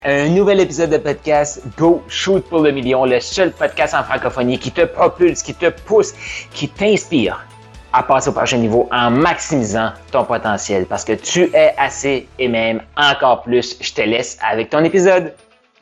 Un nouvel épisode de podcast Go Shoot pour le million, le seul podcast en francophonie qui te propulse, qui te pousse, qui t'inspire à passer au prochain niveau en maximisant ton potentiel parce que tu es assez et même encore plus. Je te laisse avec ton épisode.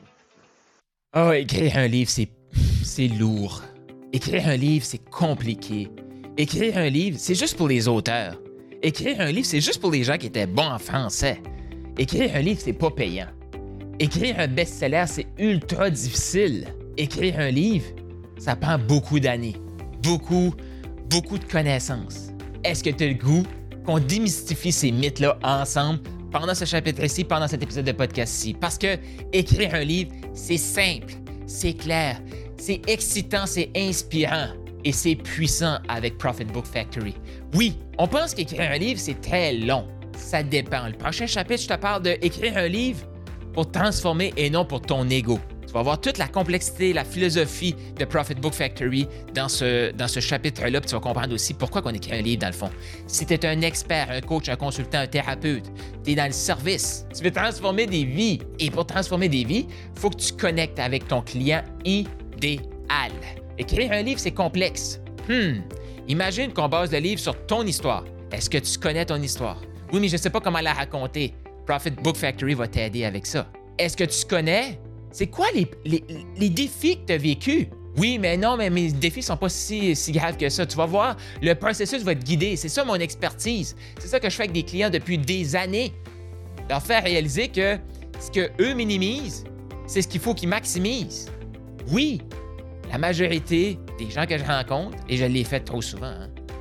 Oh, écrire un livre, c'est lourd. Écrire un livre, c'est compliqué. Écrire un livre, c'est juste pour les auteurs. Écrire un livre, c'est juste pour les gens qui étaient bons en français. Écrire un livre, c'est pas payant. Écrire un best-seller, c'est ultra difficile. Écrire un livre, ça prend beaucoup d'années. Beaucoup de connaissances. Est-ce que tu as le goût qu'on démystifie ces mythes-là ensemble pendant ce chapitre-ci, pendant cet épisode de podcast-ci? Parce que écrire un livre, c'est simple, c'est clair, c'est excitant, c'est inspirant et c'est puissant avec Profit Book Factory. Oui, on pense qu'écrire un livre, c'est très long. Ça dépend. Le prochain chapitre, je te parle d'écrire un livre pour transformer et non pour ton ego. Tu vas voir toute la complexité, la philosophie de Profit Book Factory dans ce chapitre-là, puis tu vas comprendre aussi pourquoi on écrit un livre dans le fond. Si tu es un expert, un coach, un consultant, un thérapeute, tu es dans le service, tu veux transformer des vies. Et pour transformer des vies, il faut que tu connectes avec ton client idéal. Écrire un livre, c'est complexe. Imagine qu'on base le livre sur ton histoire. Est-ce que tu connais ton histoire? Oui, mais je ne sais pas comment la raconter. Profit Book Factory va t'aider avec ça. Est-ce que tu connais? C'est quoi les défis que tu as vécus? Oui, mais non, mais mes défis sont pas si graves que ça. Tu vas voir, le processus va te guider. C'est ça mon expertise. C'est ça que je fais avec des clients depuis des années. Leur faire réaliser que ce qu'eux minimisent, c'est ce qu'il faut qu'ils maximisent. Oui, la majorité des gens que je rencontre, et je l'ai fait trop souvent,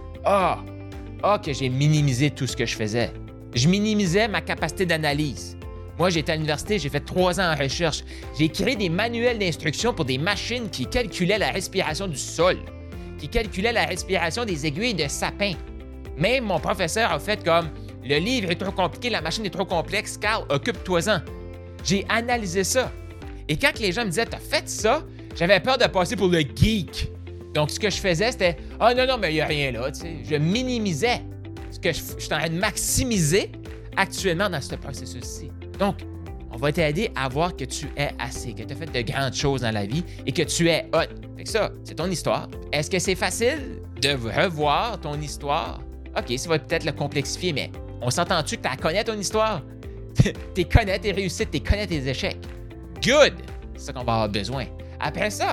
que j'ai minimisé tout ce que je faisais. Je minimisais ma capacité d'analyse. Moi, j'étais à l'université, j'ai fait 3 ans en recherche. J'ai créé des manuels d'instruction pour des machines qui calculaient la respiration du sol, qui calculaient la respiration des aiguilles de sapin. Même mon professeur a fait comme « Le livre est trop compliqué, la machine est trop complexe, Carl, occupe-toi-en ». J'ai analysé ça. Et quand les gens me disaient « T'as fait ça », j'avais peur de passer pour le geek. Donc, ce que je faisais, c'était « Ah non, mais il n'y a rien là », tu sais. Je minimisais ce que je suis en train de maximiser actuellement dans ce processus-ci. Donc, on va t'aider à voir que tu es assez, que tu as fait de grandes choses dans la vie et que tu es hot. Fait que ça, c'est ton histoire. Est-ce que c'est facile de revoir ton histoire? OK, ça va peut-être le complexifier, mais on s'entend-tu que tu connais ton histoire? Tu connais tes réussites, tu connais tes échecs. Good! C'est ça qu'on va avoir besoin. Après ça,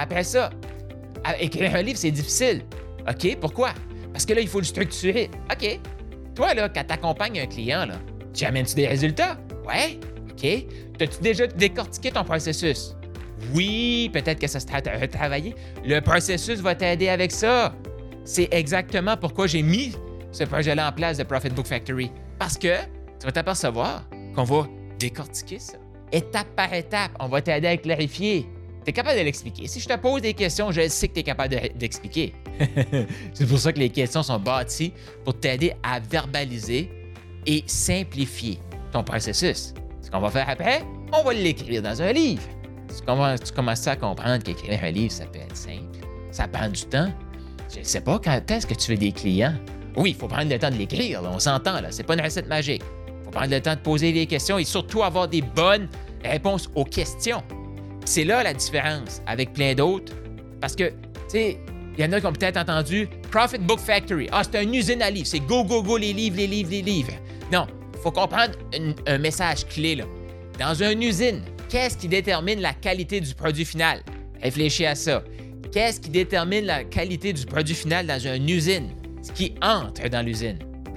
écrire un livre, c'est difficile. OK, pourquoi? Parce que là, il faut le structurer. OK. Toi, là, quand tu accompagnes un client, là, tu amènes-tu des résultats? Ouais. OK. T'as-tu déjà décortiqué ton processus? Oui, peut-être que ça se retravailler. Le processus va t'aider avec ça. C'est exactement pourquoi j'ai mis ce projet-là en place de Profit Book Factory. Parce que tu vas t'apercevoir qu'on va décortiquer ça. Étape par étape, on va t'aider à clarifier. Tu es capable de l'expliquer. Si je te pose des questions, je sais que tu es capable d'expliquer. C'est pour ça que les questions sont bâties pour t'aider à verbaliser et simplifier ton processus. Ce qu'on va faire après, on va l'écrire dans un livre. Tu commences à comprendre qu'écrire un livre, ça peut être simple. Ça prend du temps. Je ne sais pas quand est-ce que tu veux des clients. Oui, il faut prendre le temps de l'écrire. Là, on s'entend. C'est pas une recette magique. Il faut prendre le temps de poser des questions et surtout avoir des bonnes réponses aux questions. C'est là la différence avec plein d'autres. Parce que, tu sais, il y en a qui ont peut-être entendu Profit Book Factory. C'est une usine à livres. C'est go, les livres. Non, il faut comprendre un message clé, là. Dans une usine, qu'est-ce qui détermine la qualité du produit final? Réfléchis à ça. Qu'est-ce qui détermine la qualité du produit final dans une usine? Ce qui entre dans l'usine.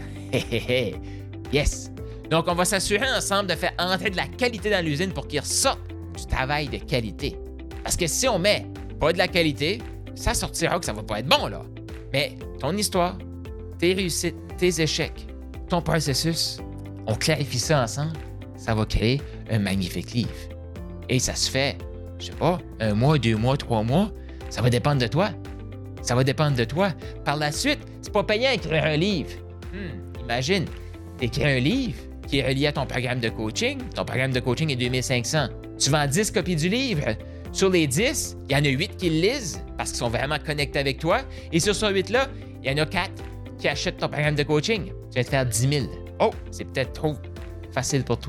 Yes! Donc, on va s'assurer ensemble de faire entrer de la qualité dans l'usine pour qu'il ressorte du travail de qualité. Parce que si on met pas de la qualité, ça sortira que ça va pas être bon, là. Mais ton histoire, tes réussites, tes échecs, ton processus, on clarifie ça ensemble, ça va créer un magnifique livre. Et ça se fait, je sais pas, 1 mois, 2 mois, 3 mois, ça va dépendre de toi. Ça va dépendre de toi. Par la suite, c'est pas payant d'écrire un livre. Imagine, t'écris un livre qui est relié à ton programme de coaching. Ton programme de coaching est 2500. Tu vends 10 copies du livre. Sur les 10, il y en a 8 qui le lisent parce qu'ils sont vraiment connectés avec toi. Et sur ces 8-là, il y en a 4 qui achètent ton programme de coaching. Tu vas te faire 10 000. Oh, c'est peut-être trop facile pour toi, ça.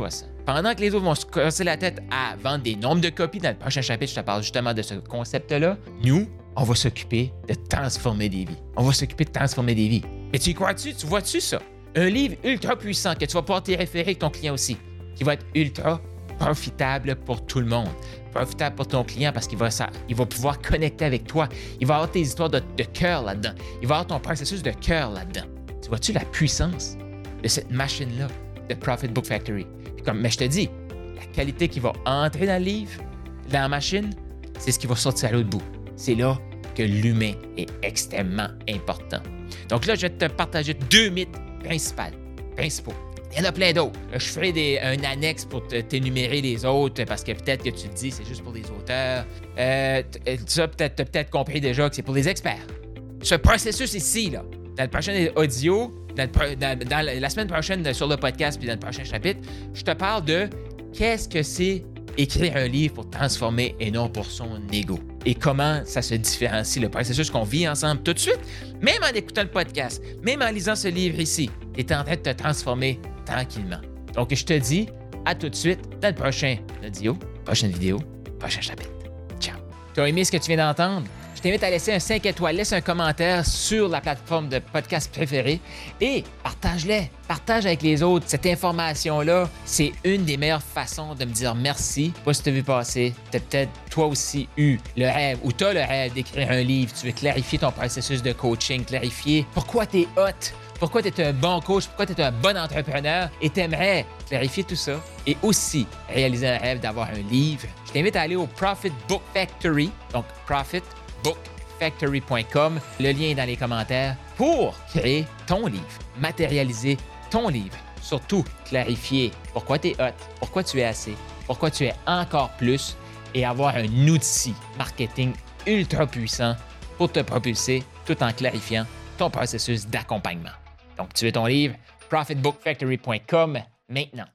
pendant que les autres vont se casser la tête à vendre des nombres de copies, dans le prochain chapitre, je te parle justement de ce concept-là, nous, on va s'occuper de transformer des vies. On va s'occuper de transformer des vies. Et tu y crois-tu? Tu vois-tu ça? Un livre ultra puissant que tu vas pouvoir te référer avec ton client aussi, qui va être ultra profitable pour tout le monde. Profitable pour ton client parce qu'il va pouvoir connecter avec toi. Il va avoir tes histoires de cœur là-dedans. Il va avoir ton processus de cœur là-dedans. Tu vois-tu la puissance de cette machine-là, de Profit Book Factory? Mais je te dis, la qualité qui va entrer dans le livre, dans la machine, c'est ce qui va sortir à l'autre bout. C'est là que l'humain est extrêmement important. Donc là, je vais te partager 2 mythes principaux. Il y en a plein d'autres. Je ferai un annexe pour t'énumérer les autres parce que peut-être que tu te dis c'est juste pour les auteurs. Tu as peut-être compris déjà que c'est pour les experts. Ce processus ici, là, dans le prochain audio, dans la semaine prochaine sur le podcast puis dans le prochain chapitre, je te parle de qu'est-ce que c'est écrire un livre pour transformer et non pour son ego. Et comment ça se différencie, le processus qu'on vit ensemble tout de suite, même en écoutant le podcast, même en lisant ce livre ici, tu es en train de te transformer tranquillement. Donc, je te dis à tout de suite dans le prochain audio, prochaine vidéo, prochain chapitre. Ciao! Tu as aimé ce que tu viens d'entendre? Je t'invite à laisser un 5 étoiles, laisse un commentaire sur la plateforme de podcast préférée et partage-les. Partage avec les autres. Cette information-là, c'est une des meilleures façons de me dire merci. Pas si tu as vu passer, tu as peut-être toi aussi eu le rêve ou tu as le rêve d'écrire un livre. Tu veux clarifier ton processus de coaching, clarifier pourquoi tu es hot, pourquoi tu es un bon coach, pourquoi tu es un bon entrepreneur et tu aimerais clarifier tout ça et aussi réaliser un rêve d'avoir un livre. Je t'invite à aller au Profit Book Factory, donc profitbookfactory.com. Le lien est dans les commentaires pour créer ton livre, matérialiser ton livre. Surtout, clarifier pourquoi tu es hot, pourquoi tu es assez, pourquoi tu es encore plus et avoir un outil marketing ultra puissant pour te propulser tout en clarifiant ton processus d'accompagnement. Donc, tu veux ton livre? profitbookfactory.com maintenant.